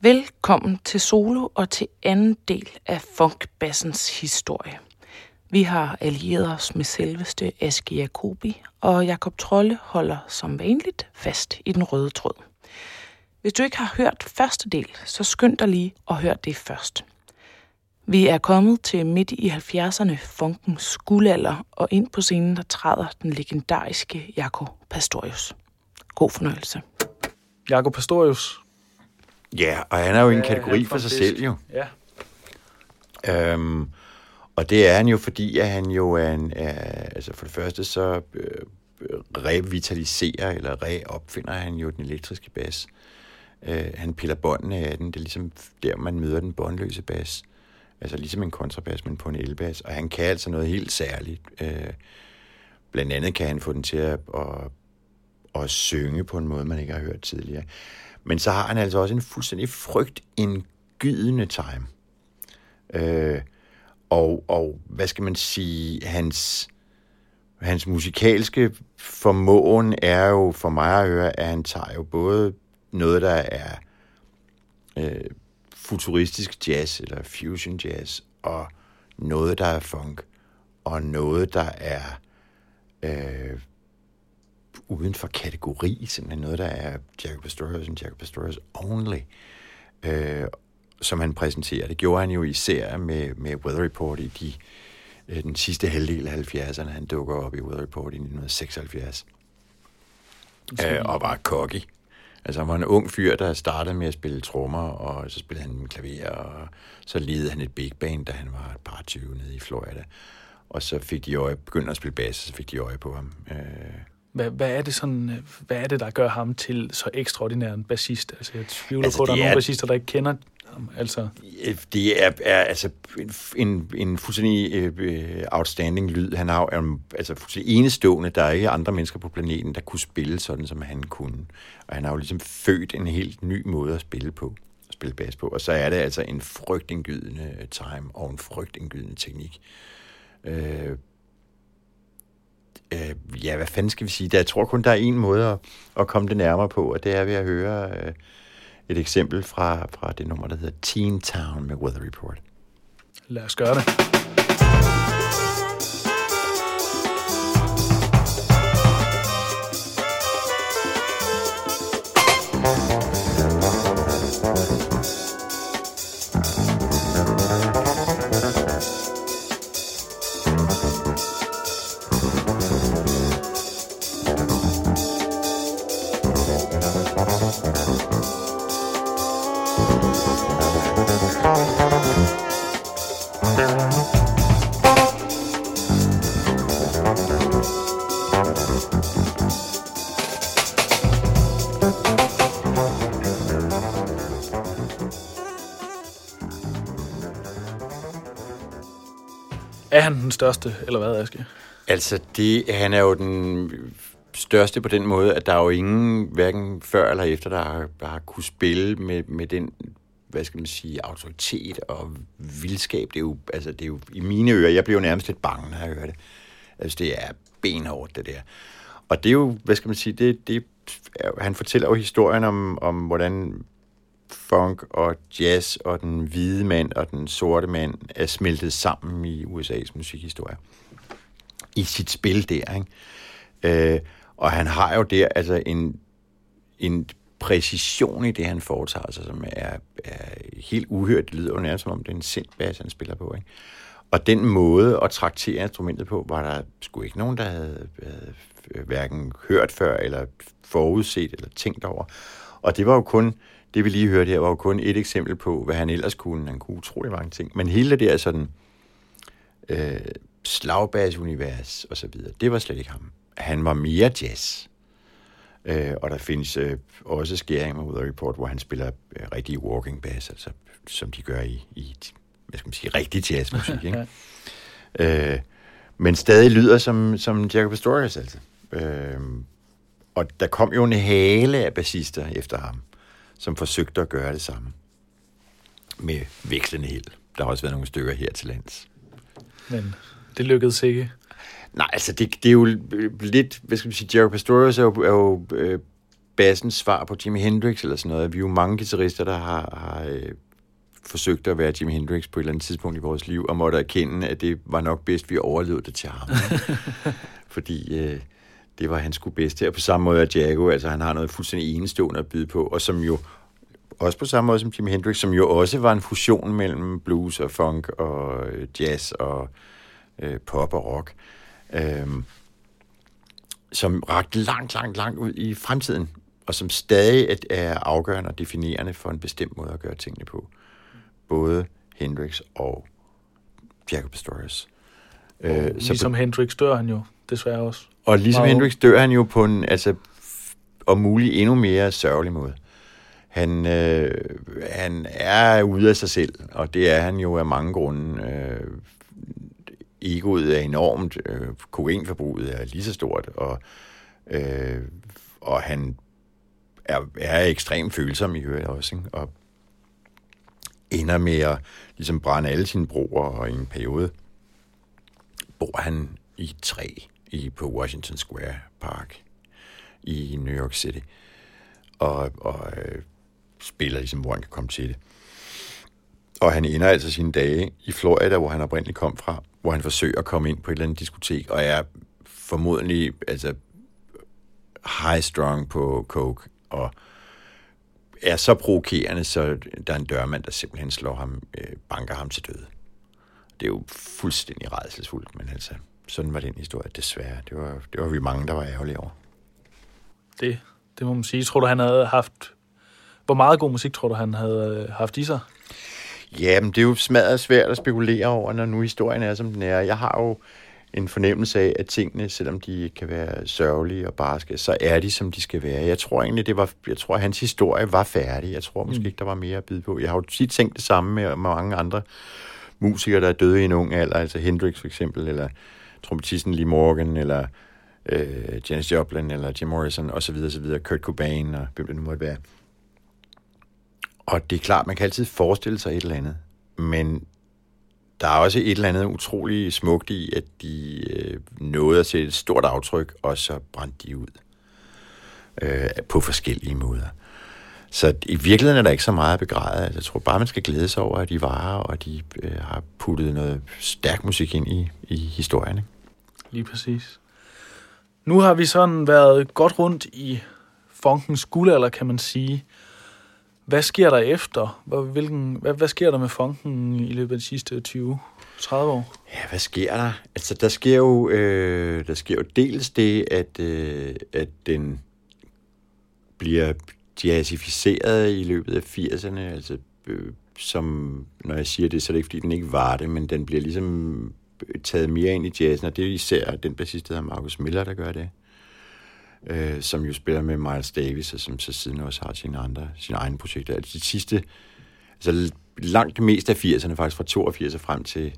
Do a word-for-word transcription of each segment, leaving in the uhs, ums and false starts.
Velkommen til Solo og til anden del af funkbassens historie. Vi har allieret os med selveste Aske Jacobi, og Jakob Trolle holder som vanligt fast i den røde tråd. Hvis du ikke har hørt første del, så skynd dig lige og hør det først. Vi er kommet til midt i halvfjerdserne funkens guldalder, og ind på scenen der træder den legendariske Jaco Pastorius. God fornøjelse. Jaco Pastorius. Ja, og han er jo en kategori for sig selv jo. Ja. Øhm, og det er han jo, fordi at han jo er en, er, altså for det første så øh, revitaliserer eller reopfinder han jo den elektriske bas. Øh, han piller båndene af den. Det er ligesom der, man møder den båndløse bas. Altså ligesom en kontrabas, men på en elbas. Og han kan altså noget helt særligt. Øh, blandt andet kan han få den til at, at, at synge på en måde, man ikke har hørt tidligere. Men så har han altså også en fuldstændig frygtindgydende time. Øh, og, og hvad skal man sige, hans, hans musikalske formåen er jo for mig at høre, at han tager jo både noget, der er øh, futuristisk jazz, eller fusion jazz, og noget, der er funk, og noget, der er øh, uden for kategori, simpelthen noget, der er Jaco Pastorius og Jaco Pastorius only, øh, som han præsenterer. Det gjorde han jo især med, med Weather Report i de, øh, den sidste halvdel af halvfjerdserne. Han dukker op i Weather Report i nitten seksoghalvfjerds. Øh, og var cocky. Altså han var en ung fyr, der startede med at spille trommer, og så spillede han klaver, og så ledede han et big band, da han var et par tyve nede i Florida. Og så fik de øje, begyndte at spille bass, og så fik de øje på ham. Øh, Hvad, hvad, er det sådan, hvad er det, der gør ham til så ekstraordinær en bassist? Altså, jeg tvivler altså, på, at der er, er nogle bassister, der ikke kender ham. Altså. Det er, er altså en, en, en fuldstændig uh, outstanding lyd. Han har jo altså fuldstændig enestående. Der er ikke andre mennesker på planeten, der kunne spille sådan, som han kunne. Og han har jo ligesom født en helt ny måde at spille på, at spille bass på. Og så er det altså en frygtindgydende time og en frygtindgydende teknik. Uh, Uh, ja, hvad fanden skal vi sige? Jeg tror kun, der er en måde at, at komme det nærmere på, og det er ved at høre uh, et eksempel fra, fra det nummer, der hedder Teen Town med Weather Report. Lad os gøre det. Er han den største, eller hvad, Aske? Altså, det, han er jo den største på den måde, at der er jo ingen, hverken før eller efter, der har, der har kunne spille med, med den, hvad skal man sige, autoritet og vildskab. Det er jo, altså, det er jo i mine ører, jeg bliver jo nærmest lidt bange, når jeg hører det. Altså, det er benhårdt, det der. Og det er jo, hvad skal man sige, det, det er, han fortæller jo historien om, om, hvordan funk og jazz og den hvide mand og den sorte mand er smeltet sammen i U S A's musikhistorie. I sit spil der, ikke? Øh, og han har jo der altså en, en præcision i det, han foretager sig, som er, er helt uhørt. Det lyder jo nærmest som om, det er en synthbass, han spiller på, ikke? Og den måde at traktere instrumentet på, var der sgu ikke nogen, der havde, havde hverken hørt før, eller forudset, eller tænkt over. Og det var jo kun, det vi lige hørte her, var jo kun et eksempel på, hvad han ellers kunne. Han kunne utrolig mange ting. Men hele det der sådan øh, slagbass-univers og så videre, det var slet ikke ham. Han var mere jazz. Øh, og der findes øh, også skæring med Weather Report, hvor han spiller øh, rigtig walking bass, altså som de gør i, i hvad skal man sige, rigtig jazzmusik, ikke? øh, men stadig lyder som, som Jaco Pastorius, altså. Øh, og der kom jo en hale af bassister efter ham, som forsøgte at gøre det samme. Med vekslende held. Der har også været nogle stykker her til lands. Men det lykkedes ikke. Nej, altså det, det er jo lidt, hvad skal man sige, Jaco Pastorius er jo, er jo øh, bassens svar på Jimi Hendrix eller sådan noget. Vi er jo mange guitarister, der har, har øh, forsøgt at være Jimi Hendrix på et eller andet tidspunkt i vores liv, og måtte erkende, at det var nok bedst, vi overlevede det til ham. Fordi øh, det var han sgu bedst her. På samme måde at Jago, altså han har noget fuldstændig enestående at byde på, og som jo også på samme måde som Jimi Hendrix, som jo også var en fusion mellem blues og funk og jazz og øh, pop og rock, øh, som rakte langt, langt, langt ud i fremtiden, og som stadig er afgørende og definerende for en bestemt måde at gøre tingene på. Både Hendrix og Jaco Pastorius. Og øh, ligesom på, Hendrix dør han jo desværre også. Og ligesom wow. Hendrix dør han jo på en, altså, om muligt endnu mere sørgelig måde. Han, øh, han er ude af sig selv, og det er han jo af mange grunde. Øh, egoet er enormt, øh, kokainforbruget er lige så stort, og, øh, og han er, er ekstremt følsom i øvrigt også, ikke? Og ender med at ligesom brænde alle sine broer, og i en periode bor han i et træ i, på Washington Square Park i New York City, og, og øh, spiller ligesom, hvor han kan komme til det. Og han ender altså sine dage i Florida, hvor han oprindeligt kom fra, hvor han forsøger at komme ind på et eller andet diskotek, og er formodentlig altså high-strung på coke, og er så provokerende, så der er en dørmand, der simpelthen slår ham, øh, banker ham til døde. Det er jo fuldstændig rædselsfuldt, men altså, sådan var den historie, desværre. Det var, det var vi mange, der var ærgerlige over. Det, det må man sige. Tror du, han havde haft... Hvor meget god musik tror du, han havde haft i sig? Jamen, det er jo smadret svært at spekulere over, når nu historien er, som den er. Jeg har jo en fornemmelse af, at tingene, selvom de kan være sørgelige og barske, så er de, som de skal være. Jeg tror egentlig, det var, jeg tror, at hans historie var færdig. Jeg tror måske mm. ikke, der var mere at byde på. Jeg har jo tit tænkt det samme med, med mange andre musikere, der er døde i en ung alder, altså Hendrix for eksempel, eller trompetisten Lee Morgan, eller øh, Janis Joplin, eller Jim Morrison, osv., osv., Kurt Cobain, og hvem det nu måtte være. Og det er klart, man kan altid forestille sig et eller andet, men der er også et eller andet utroligt smukt i, at de øh, nåede at sætte et stort aftryk, og så brændte de ud øh, på forskellige måder. Så i virkeligheden er der ikke så meget at begræde. Altså, jeg tror bare, man skal glæde sig over, at de var, og at de øh, har puttet noget stærk musik ind i, i historien. Ikke? Lige præcis. Nu har vi sådan været godt rundt i funkens guldalder, kan man sige. Hvad sker der efter? Hvilken, hvad, hvad sker der med funken i løbet af de sidste tyve til tredive år? Ja, hvad sker der? Altså, der sker jo, øh, der sker jo dels det, at, øh, at den bliver jazzificeret i løbet af firserne. Altså, øh, som, når jeg siger det, så er det ikke, fordi den ikke var det, men den bliver ligesom taget mere ind i jazzen, og det er især den bassist, der hedder Marcus Miller, der gør det. Øh, som jo spiller med Miles Davis, og som så siden også har sine andre, sine egne projekter. Altså de sidste, altså langt det meste af firserne, faktisk fra toogfirs og frem til,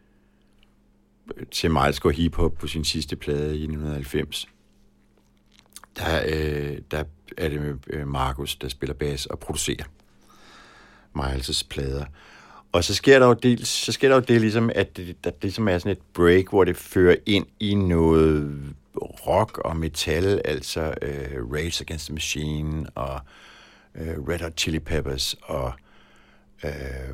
til Miles går hiphop på sin sidste plade i nitten halvfems. Der, øh, der er det med Marcus, der spiller bass og producerer Miles' plader. Og så sker der jo det, så sker der jo det ligesom, at det, der ligesom er sådan et break, hvor det fører ind i noget rock og metal, altså uh, Rage Against the Machine og uh, Red Hot Chili Peppers, og uh,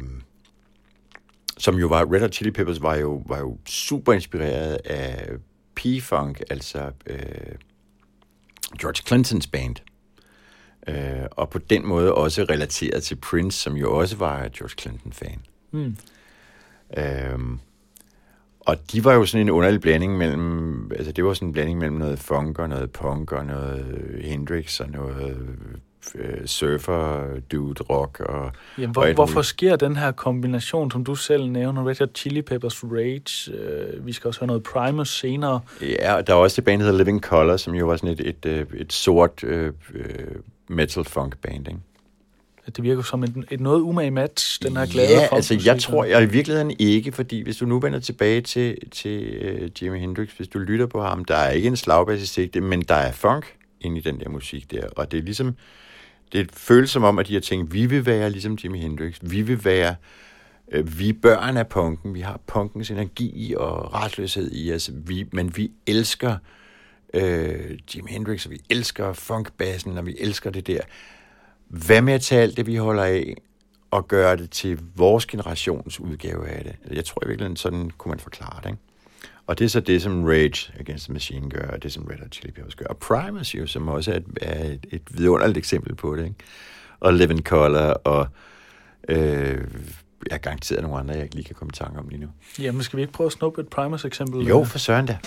som jo var, Red Hot Chili Peppers var jo, var jo super inspireret af P-Funk, altså uh, George Clintons band. Uh, og på den måde også relateret til Prince, som jo også var George Clinton-fan. Mm. Uh, Og de var jo sådan en underlig blanding mellem, altså det var sådan en blanding mellem noget funk og noget punk og noget Hendrix og noget øh, surfer, dude, rock og... Jamen, hvor, og hvorfor sker den her kombination, som du selv nævner, Red Hot Chili Peppers, Rage, øh, vi skal også høre noget Primus senere. Ja, og der er også det band, der hedder Living Colour, som jo var sådan et, et, et, et sort øh, metal funk band, ikke? Det virker som et, et noget umage match, den her glade ja, altså jeg tror, jeg i virkeligheden ikke, fordi hvis du nu vender tilbage til, til uh, Jimi Hendrix, hvis du lytter på ham, der er ikke en slagbass i sigte, men der er funk inde i den der musik der, og det er ligesom, det føles som om, at de har tænkt, vi vil være ligesom Jimi Hendrix, vi vil være, uh, vi er børn af punken, vi har punkens energi og retsløshed i os, vi, men vi elsker øh, Jimi Hendrix, og vi elsker funkbassen, og vi elsker det der. Hvad med at tage alt det, vi holder af, og gøre det til vores generations udgave af det? Jeg tror i virkeligheden, sådan kunne man forklare det, ikke? Og det er så det, som Rage Against the Machine gør, og det, som Red Hot Chili Peppers gør. Og Primus jo, som også er et, er et, et vidunderligt eksempel på det, ikke? Og Living Colour, og øh, jeg er garanteret nogle andre, jeg ikke lige kan komme i tanke om lige nu. Jamen, skal vi ikke prøve at snuppe et Primus eksempel? Jo, for søren da.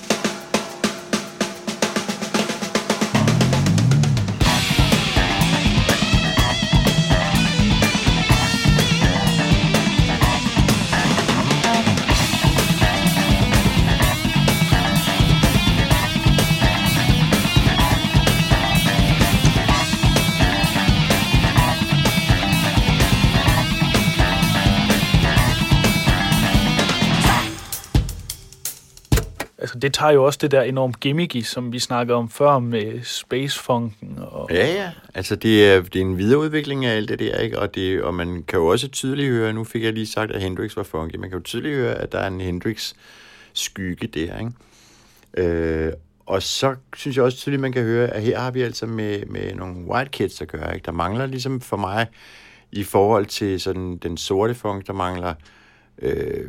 Det tager jo også det der enormt gimmicky, som vi snakkede om før med spacefunken. Og... Ja, ja. Altså, det er, det er en videreudvikling af alt det der, ikke? Og, det, og man kan jo også tydeligt høre, nu fik jeg lige sagt, at Hendrix var funky, man kan jo tydeligt høre, at der er en Hendrix-skygge der, ikke? Øh, og så synes jeg også tydeligt, at man kan høre, at her har vi altså med, med nogle white kids at gøre, ikke? Der mangler ligesom for mig, i forhold til sådan den sorte funk, der mangler... Øh,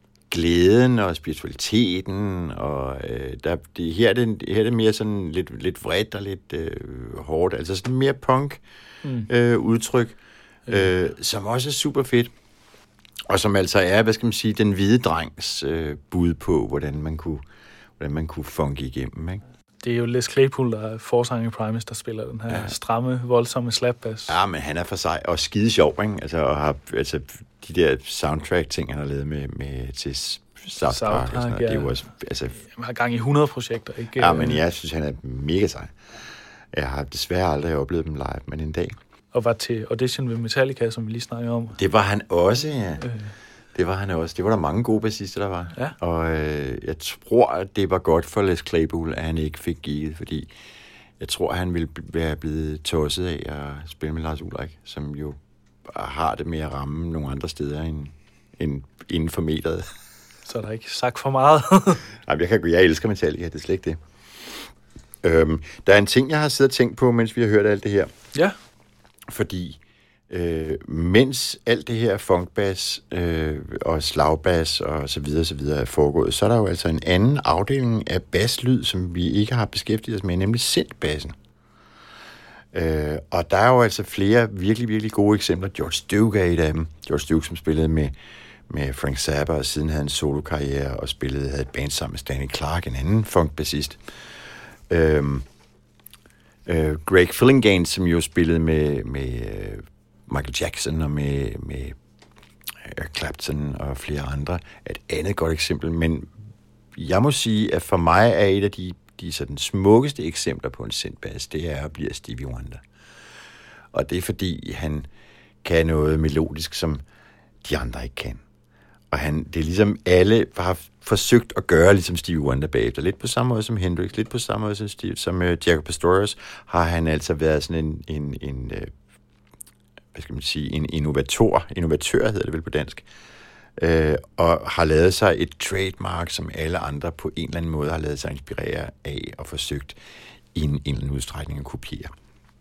glæden og spiritualiteten, og øh, der, det, her, er det, her er det mere sådan lidt, lidt vredt og lidt øh, hårdt, altså sådan mere punk mm. øh, udtryk, øh, som også er super fedt, og som altså er, hvad skal man sige, den hvide drengs øh, bud på, hvordan man kunne, hvordan man kunne funke igennem, ikke? Det er jo Les Claypool, der er forsanger i Primus, der spiller den her ja. stramme, voldsomme slapbass. Ja, men han er for sig, og skide sjov, ikke? Altså, og har, altså de der soundtrack-ting, han har lavet med, med til South, South Park, og sådan noget, ja. Det er jo også... Altså, han har gang i hundrede projekter, ikke? Ja, men jeg synes, han er mega sej. Jeg har desværre aldrig oplevet dem live, men en dag. Og var til audition ved Metallica, som vi lige snakkede om. Det var han også, ja. Øh. Det var han også. Det var der mange gode bassister, der var. Ja. Og øh, jeg tror, at det var godt for Les Claypool, at han ikke fik givet, fordi jeg tror, at han ville være blevet tosset af at spille med Lars Ulrik, som jo har det med at ramme nogle andre steder end, end inden for meteret. Så er der ikke sagt for meget. Nej, jeg, kan, jeg elsker Metallica, det er slet ikke det. Øhm, der er en ting, jeg har siddet og tænkt på, mens vi har hørt alt det her. Ja. Fordi øh, mens alt det her funkbass øh, og slagbass og så videre, så videre er foregået, så er der jo altså en anden afdeling af basslyd, som vi ikke har beskæftiget os med, nemlig synthbassen. Øh, og der er jo altså flere virkelig, virkelig gode eksempler. George Duke er et af dem. George Duke, som spillede med, med Frank Zappa, og siden havde en solokarriere og spillede, havde et band sammen med Stanley Clarke, en anden funkbassist. Øh, øh, Greg Phillinganes, som jo spillede med, med uh, Michael Jackson og med, med Eric Clapton og flere andre, er et andet godt eksempel. Men jeg må sige, at for mig er et af de de sådan smukkeste eksempler på en synthbass, det er at blive Stevie Wonder. Og det er fordi, han kan noget melodisk, som de andre ikke kan. Og han, det er ligesom alle har forsøgt at gøre ligesom Stevie Wonder bagefter. Lidt på samme måde som Hendrix, lidt på samme måde som, Steve, som uh, Jaco Pastorius, har han altså været sådan en, en, en uh, hvad skal man sige, en innovator, innovatør hedder det vel på dansk, Øh, og har lavet sig et trademark, som alle andre på en eller anden måde har lavet sig inspirere af og forsøgt i en, en eller anden udstrækning at kopiere.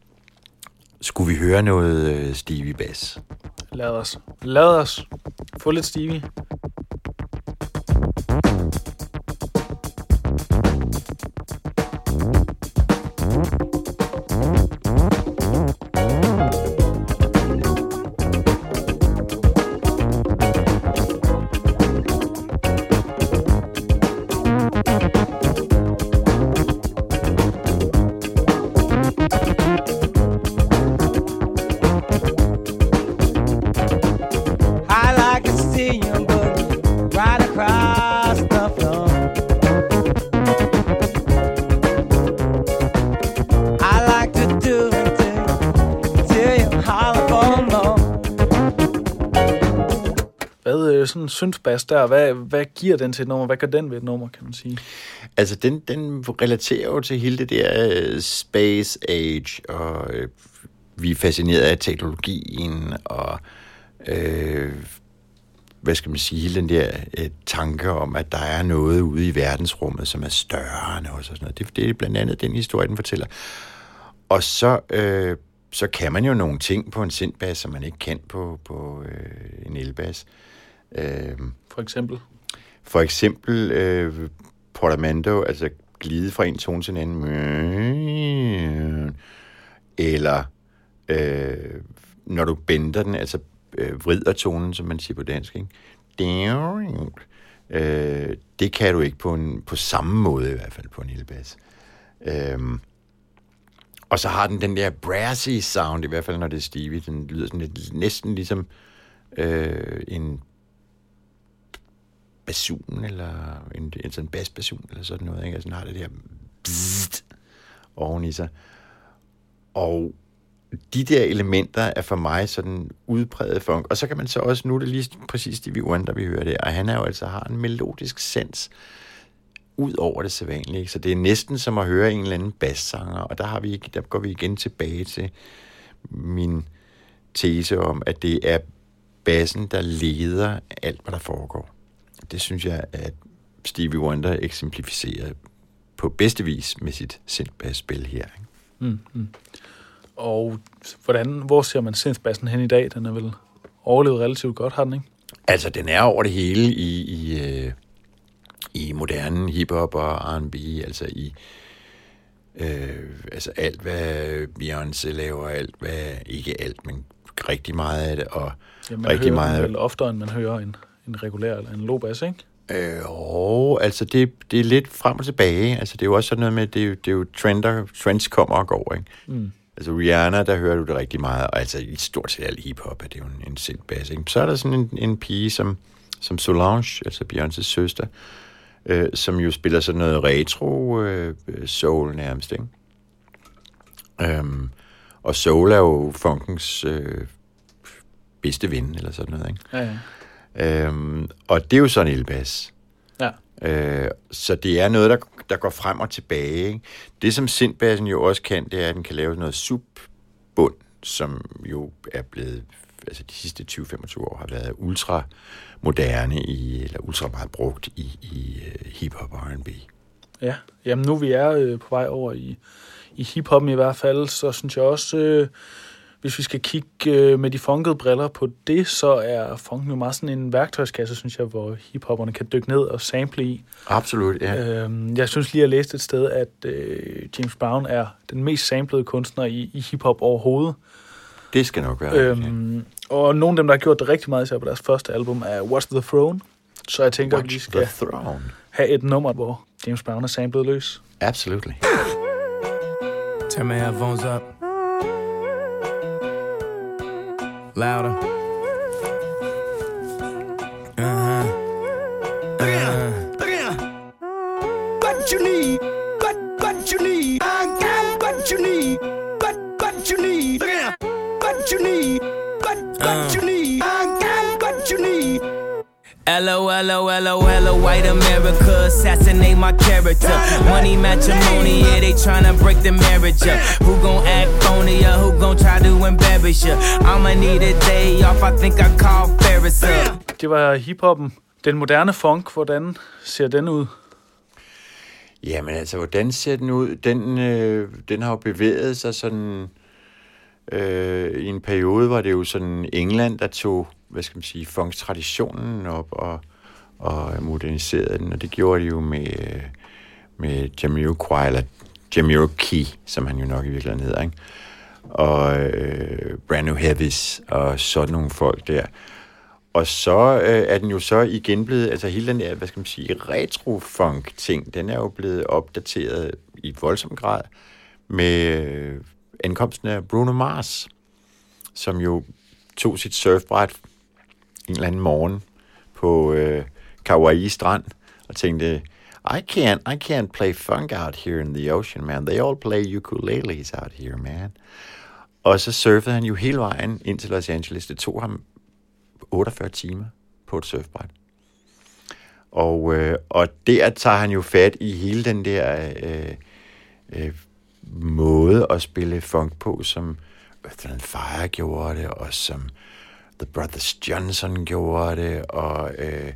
Skulle vi høre noget øh, Stevie Bass? Lad os. Lad os. Få lidt Stevie. Sådan synthbass der, hvad, hvad giver den til et nummer? Hvad gør den ved et nummer, kan man sige? Altså, den, den relaterer jo til hele det der uh, space age, og uh, vi er fascineret af teknologien, og uh, hvad skal man sige, hele den der øh, tanke om, at der er noget ude i verdensrummet, som er større end os og sådan noget. Det, det er blandt andet den historie, den fortæller. Og så, øh, så kan man jo nogle ting på en synthbass, som man ikke kan på, på øh, en elbass. Øh, For eksempel? For eksempel øh, portamento, altså glide fra en tone til en anden. Eller øh, når du bender den, altså øh, vrider tonen, som man siger på dansk, ikke? Øh, det kan du ikke på, en, på samme måde, i hvert fald på en elbass. Øh, og så har den den der brassy sound, i hvert fald når det er Stevie. Den lyder sådan lidt, næsten ligesom øh, en basun, eller en, en sådan bassbasun, eller sådan noget, ikke? Altså den har det der bzzzt oven i sig. Og de der elementer er for mig sådan udpræget funk. Og så kan man så også, nu er det lige præcis Stevie Wonder, vi hører det, og han er jo altså har en melodisk sans ud over det sædvanlige, ikke? Så det er næsten som at høre en eller anden bassanger, og der, har vi, der går vi igen tilbage til min tese om, at det er bassen, der leder alt, hvad der foregår. Det synes jeg, at Stevie Wonder eksemplificerer på bedste vis med sit synthbass-spil her, ikke? Mm, mm. Og hvordan, hvor ser man synthbassen hen i dag? Den er vel overlevet relativt godt, har den, ikke? Altså, den er over det hele i, i, øh, i moderne hiphop og R and B, altså i øh, altså alt, hvad Beyoncé laver, alt, hvad, ikke alt, men rigtig meget af det, og ja, man rigtig hører meget... vel oftere, end man hører en, en regulær eller en low bass, ikke? Øh, jo, altså det, det er lidt frem og tilbage. Altså det er jo også sådan noget med, det er jo, det er jo trender, trends kommer og går, ikke? Mm. Altså Rihanna, der hører du det rigtig meget, og altså i stort set al hiphop er det jo en, en synthbass, ikke? Så er der sådan en, en pige som, som Solange, altså Beyoncés søster, øh, som jo spiller sådan noget retro øh, soul nærmest, ikke? Øhm, og soul er jo funkens øh, bedste ven, eller sådan noget, ikke? Ja, ja. Øhm, og det er jo sådan en elbass. Ja. Øh, så det er noget, der, der går frem og tilbage, ikke? Det, som synthbassen jo også kan, det er, at den kan lave noget subbund, som jo er blevet, altså de sidste tyve til femogtyve år, har været ultra moderne i, eller ultra meget brugt i, i uh, hiphop og R and B. Ja, jamen nu vi er øh, på vej over i, i hiphoppen i hvert fald, så synes jeg også... Øh, Hvis vi skal kigge øh, med de funkede briller på det, så er funken jo meget sådan en værktøjskasse, synes jeg, hvor hiphopperne kan dykke ned og sample i. Absolut, ja. Øhm, jeg synes lige, at jeg læste et sted, at øh, James Brown er den mest samplede kunstner i, i hiphop overhovedet. Det skal nok være. Øhm, ja. Og nogle af dem, der har gjort det rigtig meget, især på deres første album, er Watch the Throne. Så jeg tænker, Watch at vi skal the Throne. have et nummer, hvor James Brown er samlet løs. Absolutely. Turn my headphones up. Louder. Uh-huh. Uh-huh. What you need? What what you need? I got what you need. What what you need? What you need? What what you need? I got what you need. L O L O L O L O white America, assassinate my character. Money matrimony, yeah, they tryna break the marriage up. Who gon' act phony or who gon' try to embarrass you? I'ma need a day off, I think I call Ferris up. Det var hiphoppen. Den moderne funk, hvordan ser den ud? Jamen altså, hvordan ser den ud? Den, øh, den har jo bevæget sig sådan... Øh, i en periode var det jo sådan England, der tog, hvad skal man sige, funkstraditionen op og, og moderniserede den, og det gjorde de jo med, med Jamiroquai, eller Jamiroquai, som han jo nok i virkeligheden hedder, ikke? Og øh, Brand New Heavies og sådan nogle folk der. Og så øh, er den jo så igen blevet, altså hele den der, hvad skal man sige, retro-funk-ting, den er jo blevet opdateret i voldsom grad med øh, ankomsten af Bruno Mars, som jo tog sit surfbræt en eller anden morgen på øh, Kauai Strand og tænkte, I can't, I can't play funk out here in the ocean, man. They all play ukuleles out here, man. Og så surfede han jo hele vejen ind til Los Angeles. Det tog ham otteogfyrre timer på et surfbræt. Og, øh, og der tager han jo fat i hele den der øh, øh, måde at spille funk på, som Earth and Fire gjorde det, og som The Brothers Johnson gjorde det, og øh,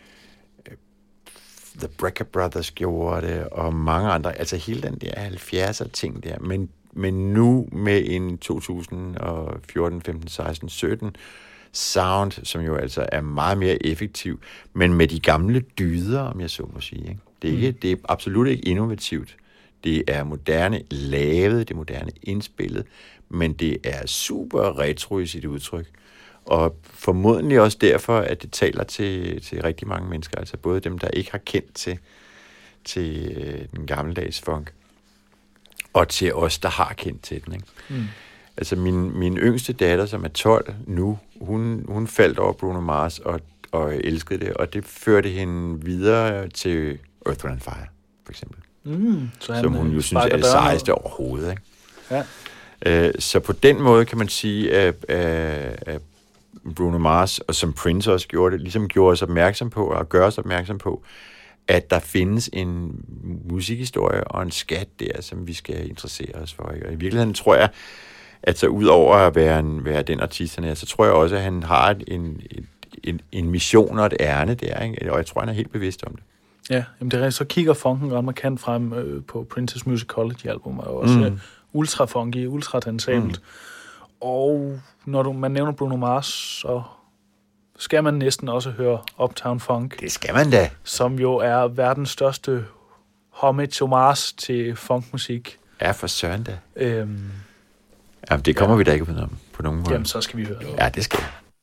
The Brecker Brothers gjorde det, og mange andre. Altså hele den der halvfjerdser ting der. Men, men nu med en to tusind og fjorten, femten, seksten, sytten sound, som jo altså er meget mere effektiv, men med de gamle dyder, om jeg så må sige. Ikke? Det, er ikke, mm. det er absolut ikke innovativt. Det er moderne lavet, det er moderne indspillet, men det er super retro i sit udtryk. Og formodentlig også derfor, at det taler til, til rigtig mange mennesker, altså både dem, der ikke har kendt til, til den gammeldags funk, og til os, der har kendt til den. Ikke? Mm. Altså min, min yngste datter, som er tolv nu, hun, hun faldt over Bruno Mars og, og elskede det, og det førte hende videre til Earth, Wind and Fire, for eksempel. Mm, så han, som hun jo synes er det sejeste overhovedet. Ikke? Ja. Øh, så på den måde kan man sige, at, at Bruno Mars, og som Prince også gjorde det, ligesom gjorde os opmærksom på, og gør os opmærksom på, at der findes en musikhistorie og en skat der, som vi skal interessere os for. Ikke? Og i virkeligheden tror jeg, at så ud over at være, en, være den artist, han er, så tror jeg også, at han har en, en, en mission og et ærne der, ikke? Og jeg tror, han er helt bevidst om det. Ja, jamen det er så kigger funken ret markant frem øh, på Prince's Musicology-album, og også mm. ultra funky, ultra dansabelt. Mm. Og når du, man nævner Bruno Mars, så skal man næsten også høre Uptown Funk. Det skal man da. Som jo er verdens største homage homage til funkmusik. Ja, for søren da. Øhm, Jamen, det kommer ja. vi da ikke på, på nogen måde. Jamen, så skal vi høre det. Ja, det skal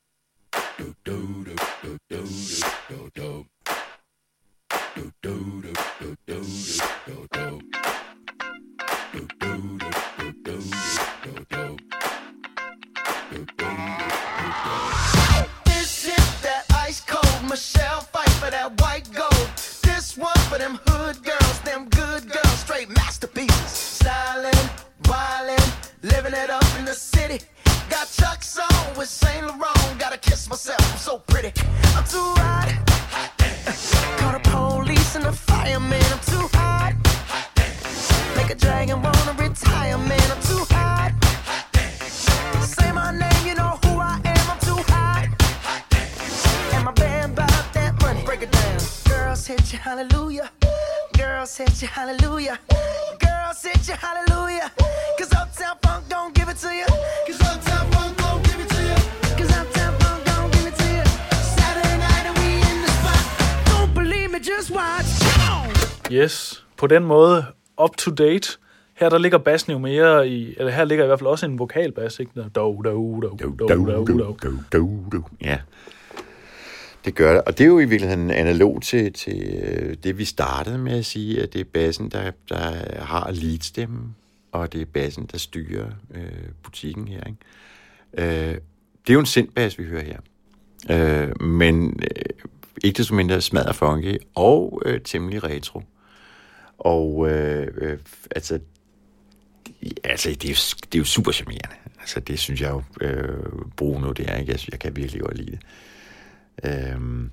This is that ice cold Michelle fight for that white gold. This one for them hood girls, them good girls, straight masterpieces. Styling, wildin', living it up in the city. Got Chuck's on with Saint Laurent. Gotta kiss myself, I'm so pretty. I'm too hot. Call the police and the fireman. I'm too hot. Make a dragon wanna retire, man. I'm too hot. Say my name, you know who I am. I'm too hot. And my band bought that money. Break it down. Girls hit you, hallelujah. Girls hit you, hallelujah. Girls hit you, hallelujah. Cause Uptown Funk don't give it to you. Cause Uptown Funk don't give it to you. Cause Uptown Funk don't give it to you. Saturday night and we in the spot. Don't believe me, just watch. Yes, på den måde up to date. Her der ligger bassen jo mere i, eller her ligger i hvert fald også en vokalbass, ikke? Do, do, do, do, do, do, do, do, do. Ja, det gør det. Og det er jo i virkeligheden analog til, til det, vi startede med at sige, at det er bassen, der, der har leadstemmen, og det er bassen, der styrer øh, butikken her. Ikke? Øh, det er jo en synthbass, vi hører her. Øh, men øh, ikke desto mindre smadret funky og øh, temmelig retro. Og øh, øh, altså, altså det, er jo, det er jo super charmerende. Altså det synes jeg jo, øh, Bruno, det er, ikke? Jeg, jeg kan virkelig godt lide det. Øhm,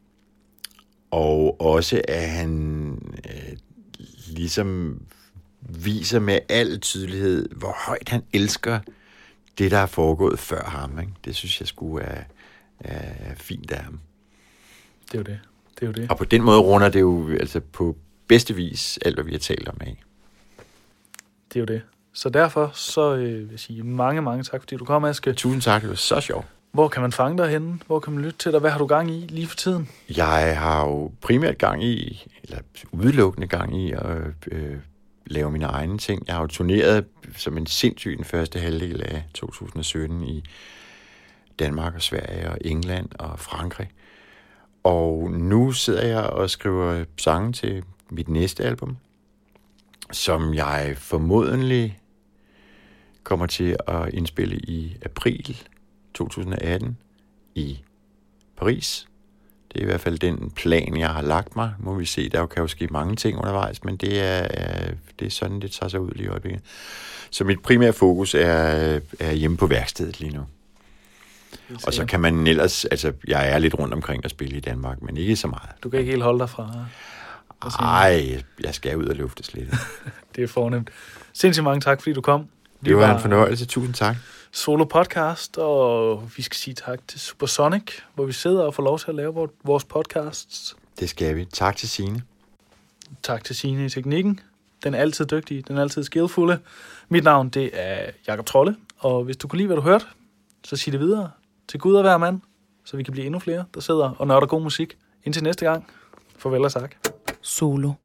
og også at han øh, ligesom viser med al tydelighed, hvor højt han elsker det, der er foregået før ham. Ikke? Det synes jeg sgu er, er fint af ham. Det er jo det. Det er jo det. Og på den måde runder det jo altså på bedste vis alt, hvad vi har talt om af. Det er jo det. Så derfor så øh, vil jeg sige mange, mange tak, fordi du kom, Aske. Tusind tak, det var så sjovt. Hvor kan man fange dig henne? Hvor kan man lytte til dig? Hvad har du gang i lige for tiden? Jeg har jo primært gang i, eller udelukkende gang i at øh, lave mine egne ting. Jeg har jo turneret som en sindssyg den første halvdel af to tusind og sytten i Danmark og Sverige og England og Frankrig. Og nu sidder jeg og skriver sange til mit næste album, som jeg formodentlig kommer til at indspille i april to tusind og atten i Paris. Det er i hvert fald den plan, jeg har lagt mig. Må vi se, der kan jo ske mange ting undervejs, men det er, det er sådan, det tager sig ud lige i øjeblikket. Så mit primære fokus er, er hjemme på værkstedet lige nu. Og så kan man ellers, altså jeg er lidt rundt omkring og spille i Danmark, men ikke så meget. Du kan ikke helt holde dig fra... Nej, jeg skal ud og luftes lidt. Det er fornemt. Sindssygt mange tak, fordi du kom. Det var, var en fornøjelse. Tusind tak. solo podcast, og vi skal sige tak til Supersonic, hvor vi sidder og får lov til at lave vores podcasts. Det skal vi. Tak til Signe. Tak til Signe i teknikken. Den er altid dygtig, den er altid skillfulde. Mit navn, det er Jakob Trolle, og hvis du kunne lide, hvad du hørte, så sig det videre til Gud og hver mand, så vi kan blive endnu flere, der sidder og nørder god musik. Indtil næste gang. Farvel og tak. Solo.